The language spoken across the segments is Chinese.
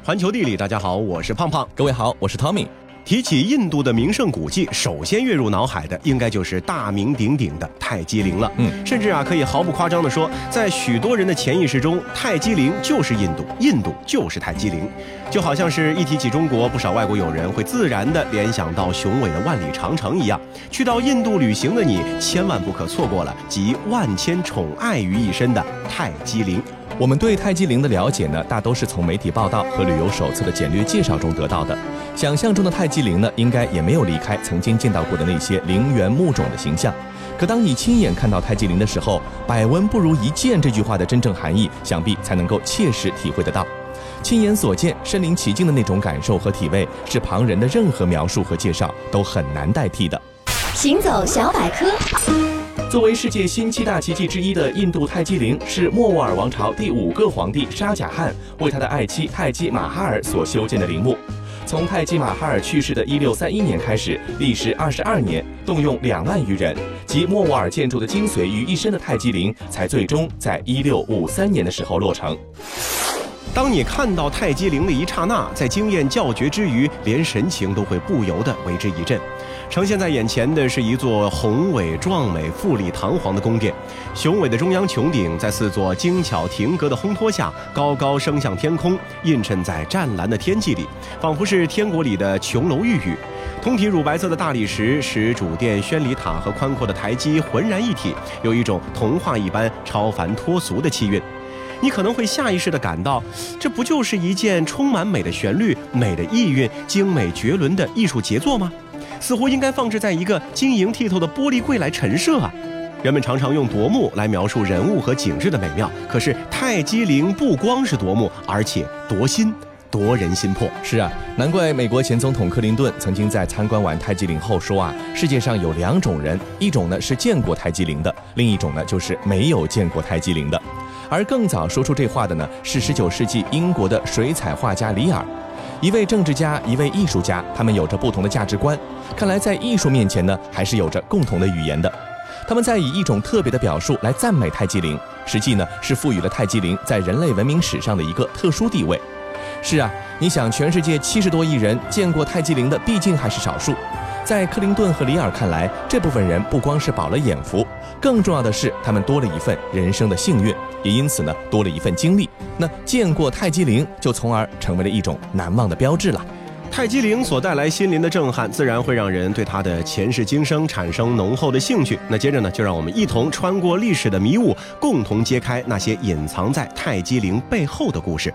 环球地理，大家好，我是胖胖。 各位好，我是 Tommy。 提起印度的名胜古迹，首先跃入脑海的应该就是大名鼎鼎的泰姬陵了。甚至可以毫不夸张地说，在许多人的潜意识中，泰姬陵就是印度，印度就是泰姬陵。就好像是一提起中国，不少外国友人会自然地联想到雄伟的万里长城一样。去到印度旅行的你，千万不可错过了集万千宠爱于一身的泰姬陵。 我们对泰姬陵的了解呢，大都是从媒体报道和旅游手册的简略介绍中得到的。想象中的泰姬陵呢，应该也没有离开曾经见到过的那些陵园墓冢的形象。可当你亲眼看到泰姬陵的时候，百闻不如一见这句话的真正含义，想必才能够切实体会得到。亲眼所见，身临其境的那种感受和体味，是旁人的任何描述和介绍都很难代替的。 行走小百科。 作为世界新7大奇迹之一的印度泰姬陵，是莫卧儿王朝第5个皇帝沙贾汗为他的爱妻泰姬玛哈尔所修建的陵墓。从泰姬玛哈尔去世的1631年开始，历时22年，动用2万余人，集莫卧儿建筑的精髓于一身的泰姬陵，才最终在1653年的时候落成。 当你看到泰姬陵的一刹那，在惊艳叫绝之余，连神情都会不由得为之一振。呈现在眼前的是一座宏伟壮美、富丽堂皇的宫殿，雄伟的中央穹顶在4座精巧亭阁的烘托下，高高升向天空，映衬在湛蓝的天际里，仿佛是天国里的琼楼玉宇。通体乳白色的大理石使主殿、宣礼塔和宽阔的台基浑然一体，有一种童话一般超凡脱俗的气韵。你可能会下意识地感到，这不就是一件充满美的旋律、美的意蕴、精美绝伦的艺术杰作吗？似乎应该放置在一个晶莹剔透的玻璃柜来陈设啊！人们常常用夺目来描述人物和景致的美妙，可是泰姬陵不光是夺目，而且夺心，夺人心魄。 是啊，难怪美国前总统克林顿曾经在参观完泰姬陵后说世界上有2种人，一种呢是见过泰姬陵的，另一种呢就是没有见过泰姬陵的。而更早说出这话的呢，是19世纪英国的水彩画家里尔。一位政治家，一位艺术家，他们有着不同的价值观，看来在艺术面前呢，还是有着共同的语言的。他们在以一种特别的表述来赞美泰姬陵，实际呢是赋予了泰姬陵在人类文明史上的一个特殊地位。是啊，你想全世界70多亿人见过泰姬陵的毕竟还是少数，在克林顿和里尔看来，这部分人不光是饱了眼福，更重要的是他们多了一份人生的幸运，也因此呢多了一份经历。那见过泰姬陵就从而成为了一种难忘的标志了。 泰姬陵所带来心灵的震撼，自然会让人对它的前世今生产生浓厚的兴趣。那接着呢，就让我们一同穿过历史的迷雾，共同揭开那些隐藏在泰姬陵背后的故事。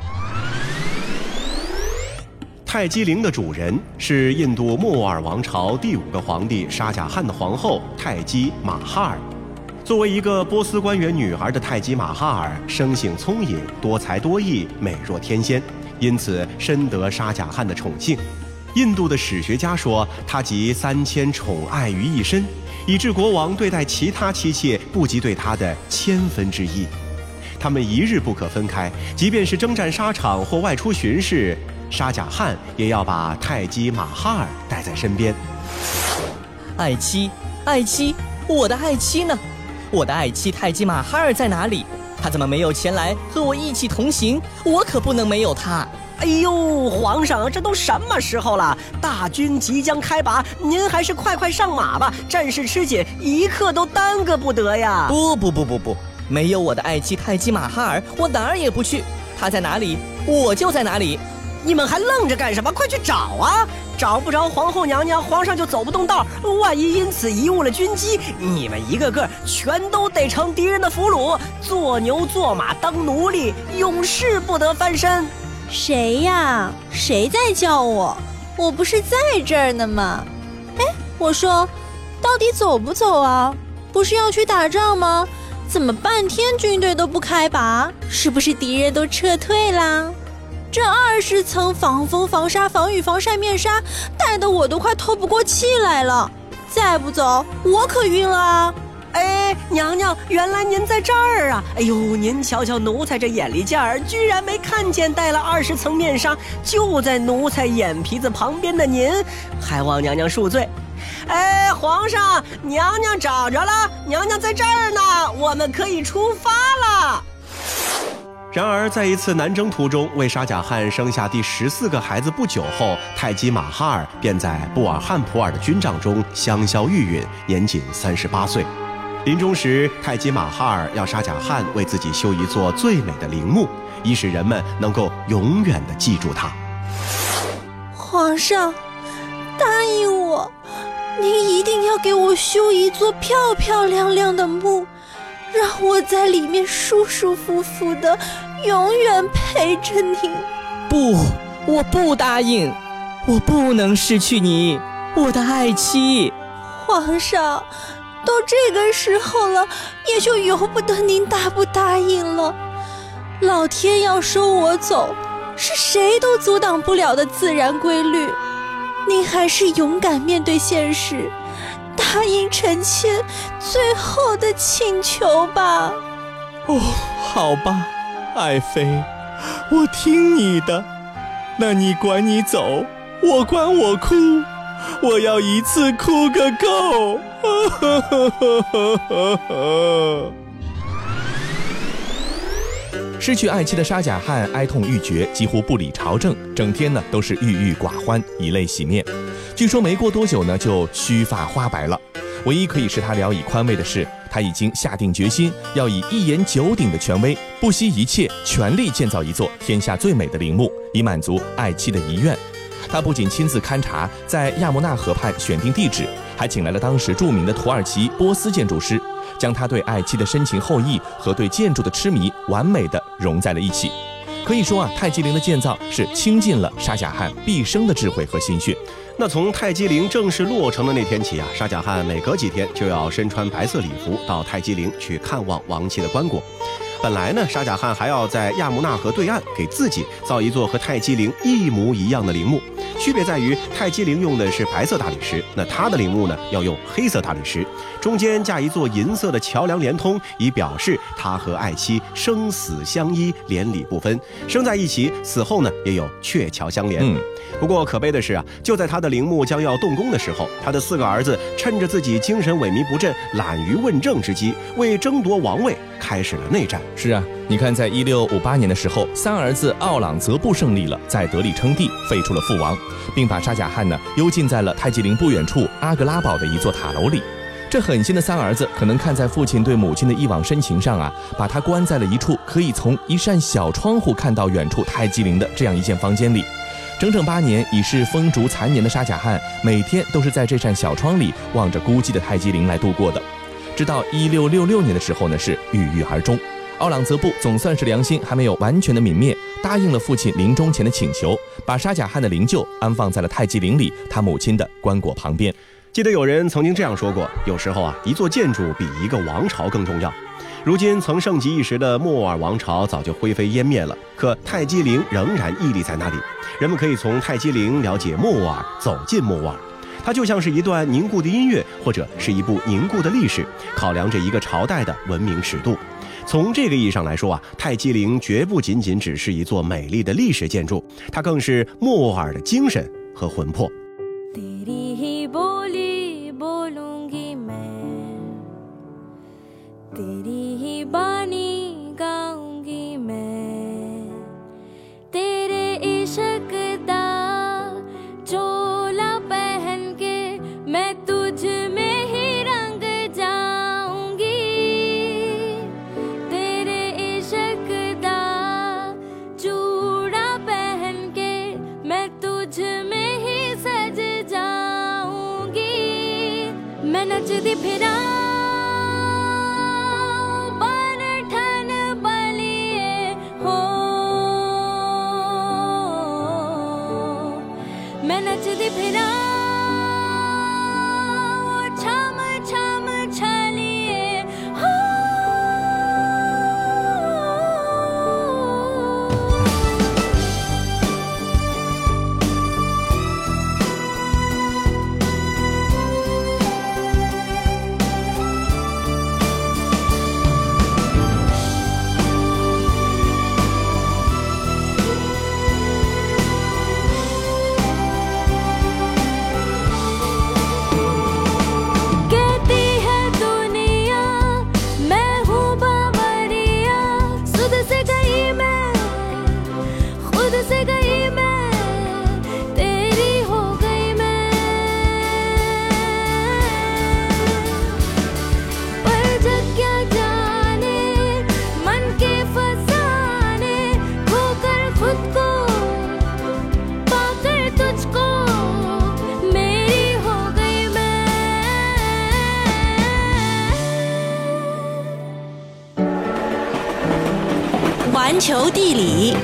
泰姬陵的主人是印度莫卧儿王朝第5个皇帝沙贾汗的皇后泰姬玛哈尔。作为一个波斯官员女儿的泰姬玛哈尔，生性聪颖，多才多艺，美若天仙，因此深得沙贾汗的宠幸。印度的史学家说，她集3000宠爱于一身，以致国王对待其他妻妾不及对她的1/1000。他们一日不可分开，即便是征战沙场或外出巡视，沙贾汗也要把泰姬玛哈尔带在身边。 爱妻，爱妻，我的爱妻呢？我的爱妻泰姬玛哈尔在哪里？她怎么没有前来和我一起同行？我可不能没有她。 哎呦，皇上，这都什么时候了？大军即将开拔，您还是快上马吧，战事吃紧，一刻都耽搁不得呀！ 不，没有我的爱妻泰姬玛哈尔，我哪儿也不去。她在哪里，我就在哪里。 你们还愣着干什么？快去找啊！找不着皇后娘娘，皇上就走不动道，万一因此贻误了军机，你们一个个全都得成敌人的俘虏，做牛做马当奴隶，永世不得翻身。 谁呀？谁在叫我？我不是在这儿呢吗？我说，到底走不走啊？不是要去打仗吗？怎么半天军队都不开拔？是不是敌人都撤退啦？这20层防风防沙防雨防晒面纱带得我都快透不过气来了，再不走我可晕了啊！ 哎，娘娘，原来您在这儿啊！哎呦，您瞧瞧奴才这眼力劲儿，居然没看见戴了20层面纱就在奴才眼皮子旁边的您，还望娘娘恕罪。哎，皇上，娘娘找着了，娘娘在这儿呢，我们可以出发了。 然而，在一次南征途中，为沙贾汗生下第14个孩子不久后，泰姬玛哈尔便在布尔汉普尔的军帐中香消玉殒，年仅38岁。临终时，泰姬玛哈尔要沙贾汗为自己修一座最美的陵墓，以使人们能够永远地记住他。 皇上，答应我，您一定要给我修一座漂漂亮亮的墓，让我在里面舒舒服服的永远陪着您。 不，我不答应，我不能失去你，我的爱妻。 皇上，都这个时候了，也就由不得您答不答应了。老天要收我走，是谁都阻挡不了的自然规律。您还是勇敢面对现实，答应臣妾最后的请求吧。 哦，好吧，爱妃，我听你的。那你管你走，我管我哭，我要一次哭个够。失去爱妻的沙贾汗哀痛欲绝，几乎不理朝政，整天呢都是郁郁寡欢，以泪洗面。据说没过多久呢就须发花白了。唯一可以使他聊以宽慰的是，他已经下定决心要以一言九鼎的权威，不惜一切全力建造一座天下最美的陵墓，以满足爱妻的遗愿。他不仅亲自勘察，在亚穆纳河畔选定地址，还请来了当时著名的土耳其波斯建筑师，将他对爱妻的深情厚谊和对建筑的痴迷完美地融在了一起。可以说泰姬陵的建造是倾尽了沙贾汗毕生的智慧和心血。 那从泰姬陵正式落成的那天起沙贾汗每隔几天就要身穿白色礼服到泰姬陵去看望亡妻的棺椁。本来呢，沙贾汗还要在亚穆纳河对岸给自己造一座和泰姬陵一模一样的陵墓，区别在于泰姬陵用的是白色大理石，那他的陵墓呢要用黑色大理石，中间架一座银色的桥梁连通，以表示他和爱妻生死相依，连理不分，生在一起，死后呢也有鹊桥相连。不过可悲的是就在他的陵墓将要动工的时候，他的4个儿子趁着自己精神萎靡不振、懒于问政之机，为争夺王位开始了内战。 是啊，你看在1658年的时候，3儿子奥朗则布胜利了，在得力称帝，废除了父王，并把沙贾汗呢幽禁在了泰姬陵不远处阿格拉堡的一座塔楼里。这狠心的3儿子可能看在父亲对母亲的一往深情上把他关在了一处可以从一扇小窗户看到远处泰姬陵的这样一间房间里。整整8年，已是风烛残年的沙贾汗，每天都是在这扇小窗里望着孤寂的泰姬陵来度过的。直到1666年的时候呢，是郁郁而终。奥朗则布总算是良心还没有完全的泯灭，答应了父亲临终前的请求，把沙贾汗的灵柩安放在了泰姬陵里他母亲的棺椁旁边。 记得有人曾经这样说过，有时候一座建筑比一个王朝更重要。如今曾盛极一时的莫尔王朝早就灰飞烟灭了，可泰姬陵仍然屹立在那里。人们可以从泰姬陵了解莫尔，走进莫尔。它就像是一段凝固的音乐，或者是一部凝固的历史，考量着一个朝代的文明尺度。从这个意义上来说泰姬陵绝不仅仅只是一座美丽的历史建筑，它更是莫尔的精神和魂魄。 环球地理。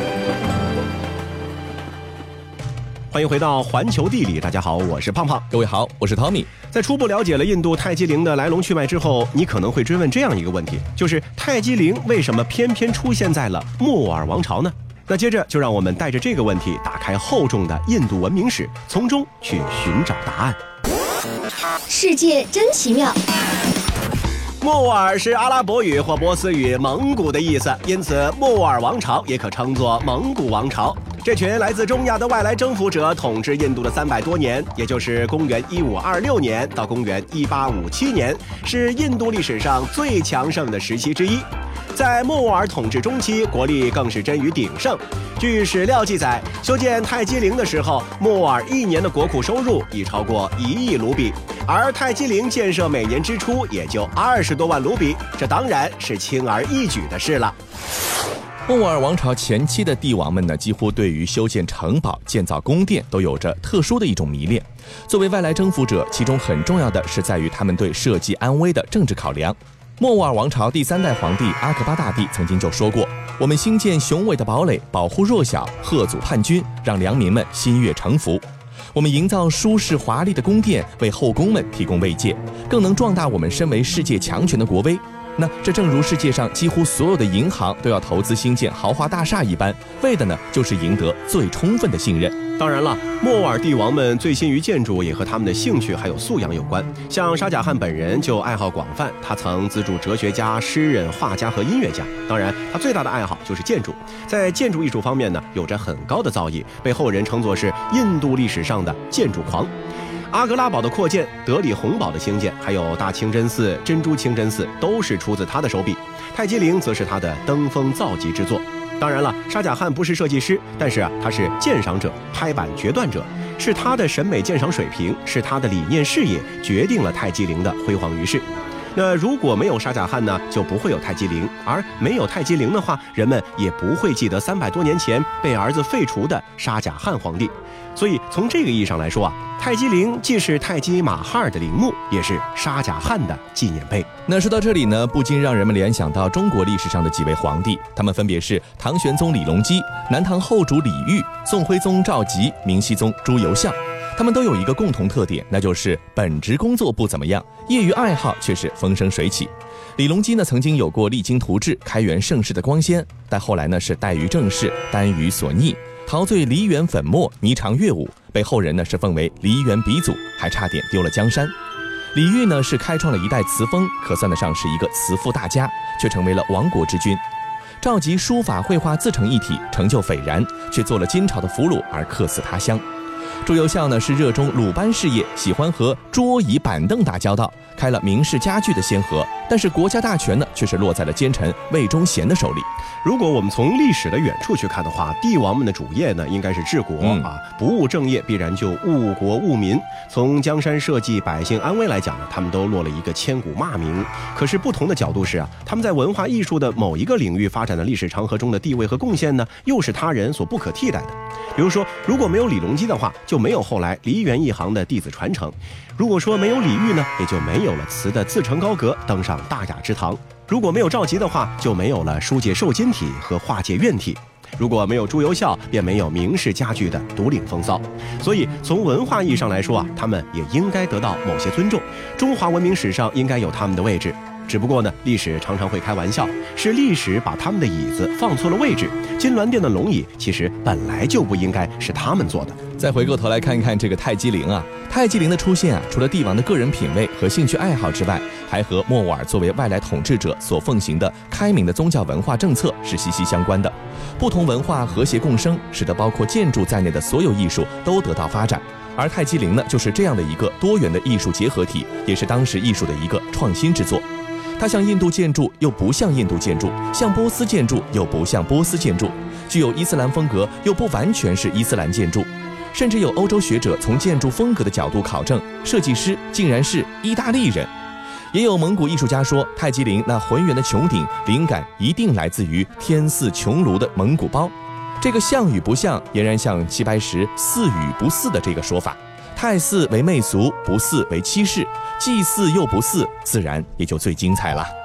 欢迎回到环球地理，大家好，我是胖胖。 各位好，我是 Tommy。 在初步了解了印度泰姬陵的来龙去脉之后，你可能会追问这样一个问题，就是泰姬陵为什么偏偏出现在了莫尔王朝呢？那接着就让我们带着这个问题打开厚重的印度文明史，从中去寻找答案。 世界真奇妙。 莫尔是阿拉伯语或波斯语蒙古的意思，因此莫尔王朝也可称作蒙古王朝。这群来自中亚的外来征服者统治印度的300多年，也就是公元1526年到公元1857年，是印度历史上最强盛的时期之一。在莫尔统治中期，国力更是臻于鼎盛。据史料记载，修建泰姬陵的时候，莫尔1年的国库收入已超过1亿卢比，而泰姬陵建设每年支出也就20多万卢比，这当然是轻而易举的事了。 莫尔王朝前期的帝王们呢，几乎对于修建城堡、建造宫殿都有着特殊的一种迷恋。作为外来征服者，其中很重要的是在于他们对社稷安危的政治考量。莫尔王朝第3代皇帝阿克巴大帝曾经就说过：“我们兴建雄伟的堡垒，保护弱小，吓阻叛军，让良民们心悦诚服。我们营造舒适华丽的宫殿，为后宫们提供慰藉，更能壮大我们身为世界强权的国威。”那这正如世界上几乎所有的银行都要投资兴建豪华大厦一般，为的呢就是赢得最充分的信任。 当然了，莫尔帝王们醉心于建筑也和他们的兴趣还有素养有关。像沙贾汗本人就爱好广泛，他曾资助哲学家、诗人、画家和音乐家。当然，他最大的爱好就是建筑。在建筑艺术方面呢，有着很高的造诣，被后人称作是印度历史上的建筑狂。阿格拉堡的扩建、德里红堡的兴建，还有大清真寺、珍珠清真寺，都是出自他的手笔。泰姬陵则是他的登峰造极之作。当然了，沙贾汗不是设计师，但是他是鉴赏者、拍板决断者，是他的审美鉴赏水平，是他的理念视野决定了泰姬陵的辉煌于世。那如果没有沙贾汗呢，就不会有泰姬陵，而没有泰姬陵的话，人们也不会记得300多年前被儿子废除的沙贾汗皇帝。所以从这个意义上来说啊，泰姬陵既是泰姬玛哈尔的陵墓，也是沙贾汗的纪念碑。 那说到这里呢，不禁让人们联想到中国历史上的几位皇帝，他们分别是唐玄宗李隆基、南唐后主李煜、宋徽宗赵佶、明熹宗朱由校。他们都有一个共同特点，那就是本职工作不怎么样，业余爱好却是风生水起。李隆基呢，曾经有过励精图治、开元盛世的光鲜，但后来呢是怠于政事，耽于所逆，陶醉梨园粉墨，霓裳乐舞，被后人呢是奉为梨园鼻祖，还差点丢了江山。李煜呢是开创了一代词风，可算得上是一个词赋大家，却成为了亡国之君。赵佶书法绘画自成一体，成就斐然，却做了金朝的俘虏而客死他乡。朱由校呢是热衷鲁班事业，喜欢和桌椅板凳打交道，开了明式家具的先河，但是国家大权呢却是落在了奸臣魏忠贤的手里。 如果我们从历史的远处去看的话，帝王们的主业呢应该是治国不务正业必然就误国误民。从江山社稷、百姓安危来讲呢，他们都落了一个千古骂名。可是不同的角度是啊，他们在文化艺术的某一个领域发展的历史长河中的地位和贡献呢，又是他人所不可替代的。比如说，如果没有李隆基的话，就没有后来梨园一行的弟子传承；如果说没有李煜呢，也就没有了词的自成高阁，登上大雅之堂；如果没有赵佶的话，就没有了书界瘦金体和画界院体；如果没有朱由校，便没有明式家具的独领风骚。所以从文化意义上来说啊，他们也应该得到某些尊重，中华文明史上应该有他们的位置。只不过呢，历史常常会开玩笑，是历史把他们的椅子放错了位置。金銮殿的龙椅其实本来就不应该是他们做的。 再回过头来看一看这个泰姬陵啊，泰姬陵的出现啊，除了帝王的个人品味和兴趣爱好之外，还和莫尔作为外来统治者所奉行的开明的宗教文化政策是息息相关的。不同文化和谐共生，使得包括建筑在内的所有艺术都得到发展。而泰姬陵呢，就是这样的一个多元的艺术结合体，也是当时艺术的一个创新之作。它像印度建筑又不像印度建筑，像波斯建筑又不像波斯建筑，具有伊斯兰风格又不完全是伊斯兰建筑。甚至有欧洲学者从建筑风格的角度考证，设计师竟然是意大利人。也有蒙古艺术家说，泰姬陵那浑圆的穹顶灵感一定来自于天似穹庐的蒙古包。这个像与不像，俨然像齐白石似与不似的这个说法。太似为媚俗，不似为欺世，既似又不似，自然也就最精彩了。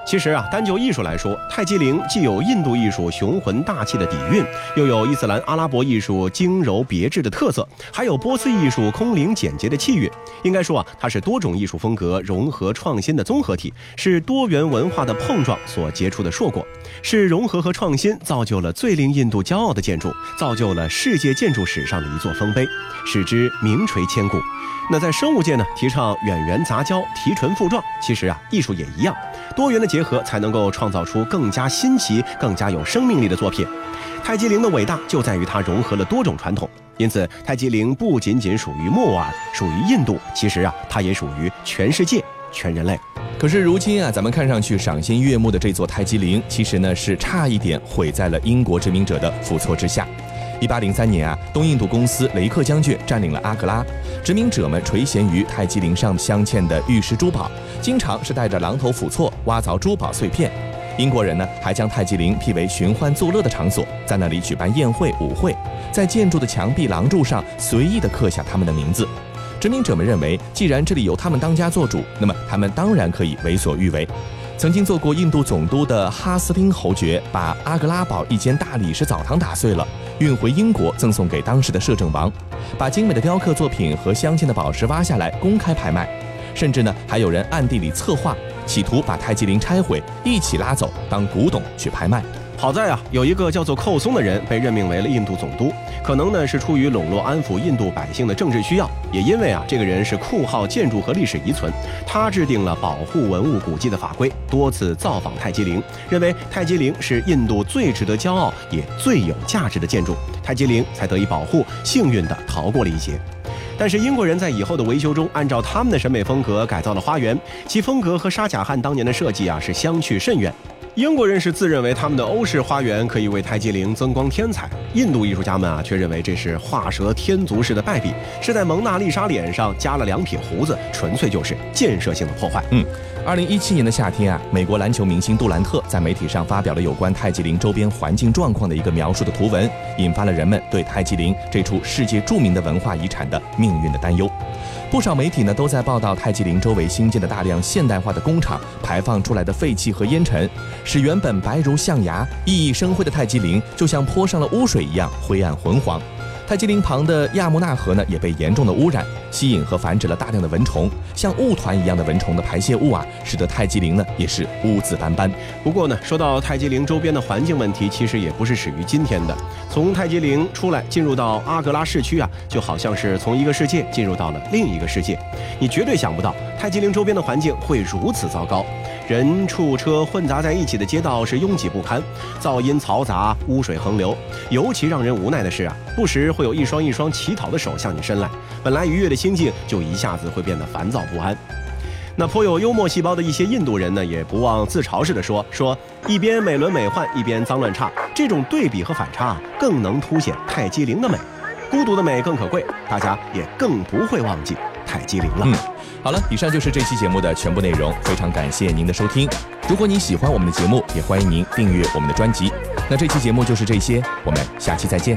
其实啊，单就艺术来说，泰姬陵既有印度艺术雄浑大气的底蕴，又有伊斯兰阿拉伯艺术精柔别致的特色，还有波斯艺术空灵简洁的气韵。应该说啊，它是多种艺术风格融合创新的综合体，是多元文化的碰撞所结出的硕果，是融合和创新造就了最令印度骄傲的建筑，造就了世界建筑史上的一座丰碑，使之名垂千古。那在生物界呢，提倡远缘杂交，提纯复壮。其实啊，艺术也一样，多元的结合才能够创造出更加新奇、更加有生命力的作品。泰姬陵的伟大就在于它融合了多种传统，因此泰姬陵不仅仅属于莫尔，属于印度，其实啊，它也属于全世界、全人类。 可是如今啊，咱们看上去赏心悦目的这座泰姬陵，其实呢是差一点毁在了英国殖民者的斧锉之下。1803年啊，东印度公司雷克将军占领了阿格拉，殖民者们垂涎于泰姬陵上镶嵌的玉石珠宝，经常是带着榔头斧锉挖凿珠宝碎片。英国人呢还将泰姬陵辟为寻欢作乐的场所，在那里举办宴会、舞会，在建筑的墙壁、廊柱上随意地刻下他们的名字。殖民者们认为，既然这里由他们当家做主，那么他们当然可以为所欲为。曾经做过印度总督的哈斯汀侯爵把阿格拉堡一间大理石澡堂打碎了，运回英国赠送给当时的摄政王，把精美的雕刻作品和镶嵌的宝石挖下来公开拍卖，甚至呢还有人暗地里策划，企图把泰姬陵拆毁，一起拉走当古董去拍卖。 好在啊，有一个叫做寇松的人被任命为了印度总督，可能呢是出于笼络安抚印度百姓的政治需要，也因为啊这个人是酷好建筑和历史遗存，他制定了保护文物古迹的法规，多次造访泰姬陵，认为泰姬陵是印度最值得骄傲也最有价值的建筑，泰姬陵才得以保护，幸运地逃过了一劫。但是英国人在以后的维修中，按照他们的审美风格改造了花园，其风格和沙贾汗当年的设计啊是相去甚远。英国人是自认为他们的欧式花园可以为泰姬陵增光添彩，印度艺术家们啊却认为这是画蛇添足式的败笔，是在蒙娜丽莎脸上加了2撇胡子，纯粹就是建设性的破坏。 2017年的夏天啊，美国篮球明星杜兰特在媒体上发表了有关泰姬陵周边环境状况的一个描述的图文，引发了人们对泰姬陵这处世界著名的文化遗产的命运的担忧。不少媒体呢都在报道泰姬陵周围新建的大量现代化的工厂排放出来的废气和烟尘，使原本白如象牙、熠熠生辉的泰姬陵就像泼上了污水一样灰暗浑黄。泰姬陵旁的亚穆纳河呢也被严重的污染，吸引和繁殖了大量的蚊虫，像雾团一样的蚊虫的排泄物啊，使得泰姬陵呢也是污渍斑斑。 不过呢，说到泰姬陵周边的环境问题，其实也不是始于今天的。从泰姬陵出来进入到阿格拉市区啊，就好像是从一个世界进入到了另一个世界。你绝对想不到泰姬陵周边的环境会如此糟糕，人畜车混杂在一起的街道是拥挤不堪，噪音嘈杂，污水横流。尤其让人无奈的是啊，不时会有一双一双乞讨的手向你伸来，本来愉悦的心境就一下子会变得烦躁不安。那颇有幽默细胞的一些印度人呢，也不忘自嘲似的说一边美轮美奂，一边脏乱差，这种对比和反差更能凸显泰姬陵的美。孤独的美更可贵，大家也更不会忘记泰姬陵了。 好了，以上就是这期节目的全部内容，非常感谢您的收听。如果你喜欢我们的节目，也欢迎您订阅我们的专辑。那这期节目就是这些，我们下期再见。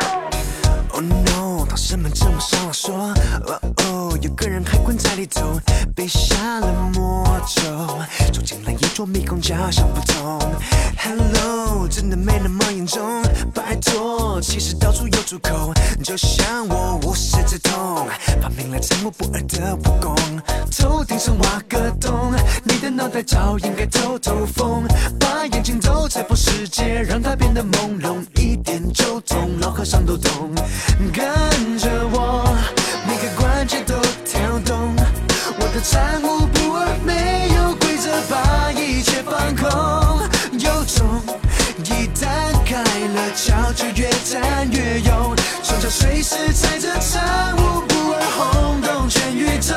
Oh no， 当身份证往上了说，有个人还困在里头，被下了魔咒，走进了一座迷宫，假想不通。Hello， 真的没那么严重，拜托，其实到处有出口，就像我无师自通，发明了沉默不二的武功，头顶上挖个洞，你的脑袋早应该透透风，把眼睛都拆破世界，让它变得朦胧，一点就通，老和尚都懂，跟着我，每个关节都跳动，我的参悟不二，没有规则，把一切放空，有种一旦开了窍，就越战越勇，双脚随时踩着参悟不二，轰动全宇宙。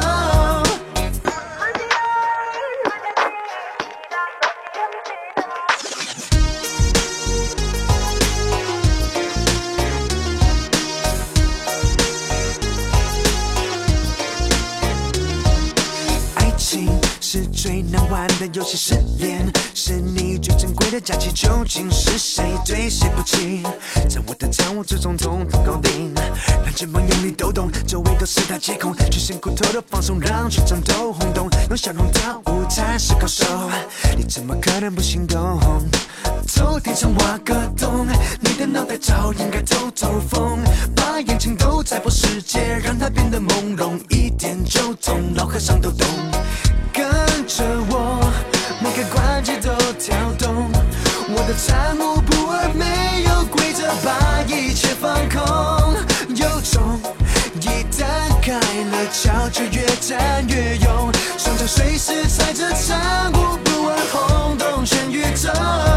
是最难玩的游戏，失恋是你最珍贵的假期究竟是谁对谁不起？在我的掌握之中，统统搞定。让肩膀用力抖动，周围都是大街空，全身骨头的放松，让全场都轰动。用笑容跳舞才是高手，你怎么可能不心动？头顶上挖个洞，你的脑袋早应该透透风，把眼睛都在破世界，让它变得朦胧，一点就通，老和尚都懂。跟着我，每个关节都跳动，我的参悟不二，没有规则，把一切放空。有种一旦开了窍，就越战越勇，双脚随时踩着参悟不二，轰动全宇宙。